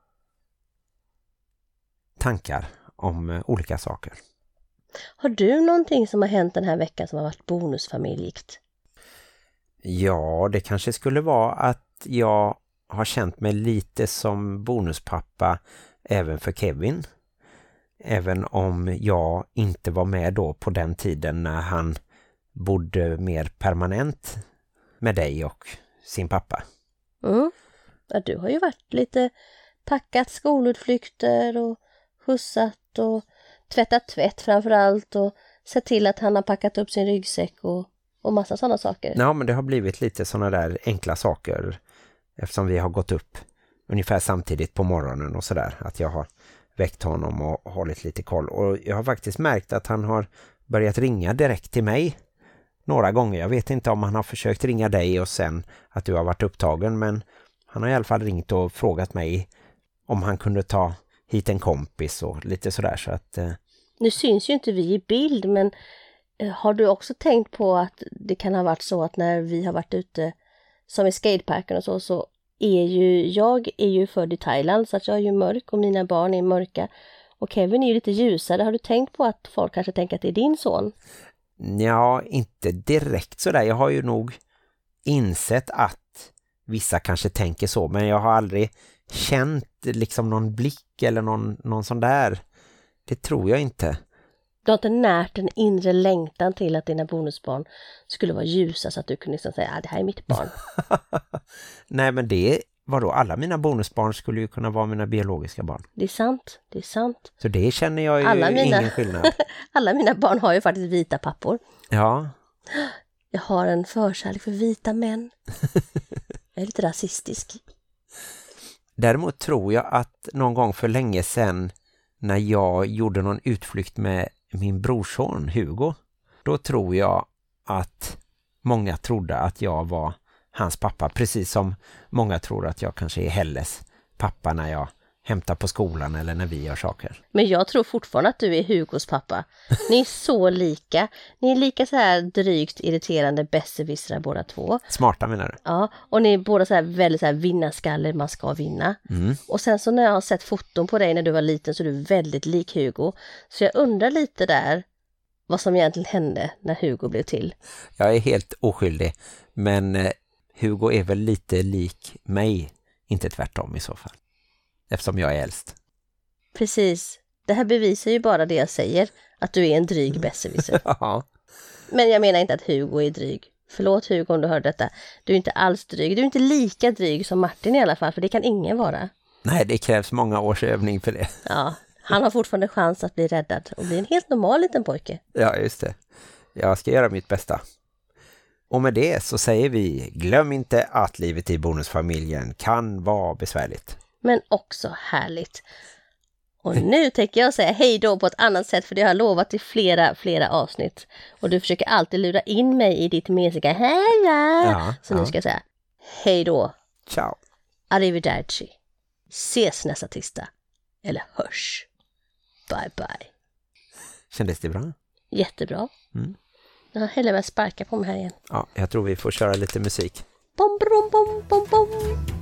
tankar om olika saker. Har du någonting som har hänt den här veckan som har varit bonusfamiljigt? Ja, det kanske skulle vara att jag har känt mig lite som bonuspappa även för Kevin. Även om jag inte var med då på den tiden när han bodde mer permanent med dig och sin pappa. Mm. Ja, du har ju varit lite packat skolutflykter och skjutsat och tvättat tvätt framförallt och sett till att han har packat upp sin ryggsäck och massa sådana saker. Ja, men det har blivit lite sådana där enkla saker eftersom vi har gått upp ungefär samtidigt på morgonen och sådär. Att jag har väckt honom och hållit lite koll. Och jag har faktiskt märkt att han har börjat ringa direkt till mig några gånger. Jag vet inte om han har försökt ringa dig och sen att du har varit upptagen, men han har i alla fall ringt och frågat mig om han kunde ta hit en kompis och lite sådär. Så att, Nu syns ju inte vi i bild, men har du också tänkt på att det kan ha varit så att när vi har varit ute som i skateparken och så jag är ju född i Thailand så att jag är ju mörk och mina barn är mörka och Kevin är ju lite ljusare. Har du tänkt på att folk kanske tänker att det är din son? Ja, inte direkt sådär. Jag har ju nog insett att vissa kanske tänker så, men jag har aldrig känt liksom någon blick eller någon sån där. Det tror jag inte. Du har inte närt en inre längtan till att dina bonusbarn skulle vara ljusa så att du kunde liksom säga det här är mitt barn. Nej, men det var då alla mina bonusbarn skulle ju kunna vara mina biologiska barn. Det är sant, det är sant. Så det känner jag ju ingen skillnad. Alla mina barn har ju faktiskt vita pappor. Ja. Jag har en förkärlek för vita män. Jag är lite rasistisk. Däremot tror jag att någon gång för länge sedan när jag gjorde någon utflykt med min brorson Hugo, då tror jag att många trodde att jag var hans pappa, precis som många tror att jag kanske är Helles pappa när jag hämtar på skolan eller när vi gör saker. Men jag tror fortfarande att du är Hugos pappa. Ni är så lika. Ni är lika så här drygt irriterande besserwissrar båda två. Smarta menar du? Ja, och ni är båda så här väldigt så här vinnarskaller, man ska vinna. Mm. Och sen så när jag har sett foton på dig när du var liten så är du väldigt lik Hugo. Så jag undrar lite där vad som egentligen hände när Hugo blev till. Jag är helt oskyldig, men Hugo är väl lite lik mig, inte tvärtom i så fall. Eftersom jag är äldst. Precis. Det här bevisar ju bara det jag säger. Att du är en dryg besserwisser. Ja. Men jag menar inte att Hugo är dryg. Förlåt Hugo om du hörde detta. Du är inte alls dryg. Du är inte lika dryg som Martin i alla fall. För det kan ingen vara. Nej, det krävs många års övning för det. Ja, han har fortfarande chans att bli räddad. Och bli en helt normal liten pojke. Ja, just det. Jag ska göra mitt bästa. Och med det så säger vi, glöm inte att livet i bonusfamiljen kan vara besvärligt. Men också härligt. Och nu tänker jag säga hej då på ett annat sätt. För det har jag lovat i flera avsnitt. Och du försöker alltid lura in mig i ditt mesiga hej. Ja, så nu ska jag säga hej då. Ciao. Arrivederci. Ses nästa tisdag. Eller hörs. Bye bye. Kändes det bra? Jättebra. Mm. Jag har hellre börjat sparka på mig här igen. Ja, jag tror vi får köra lite musik. Bom, bom, bom, bom, bom.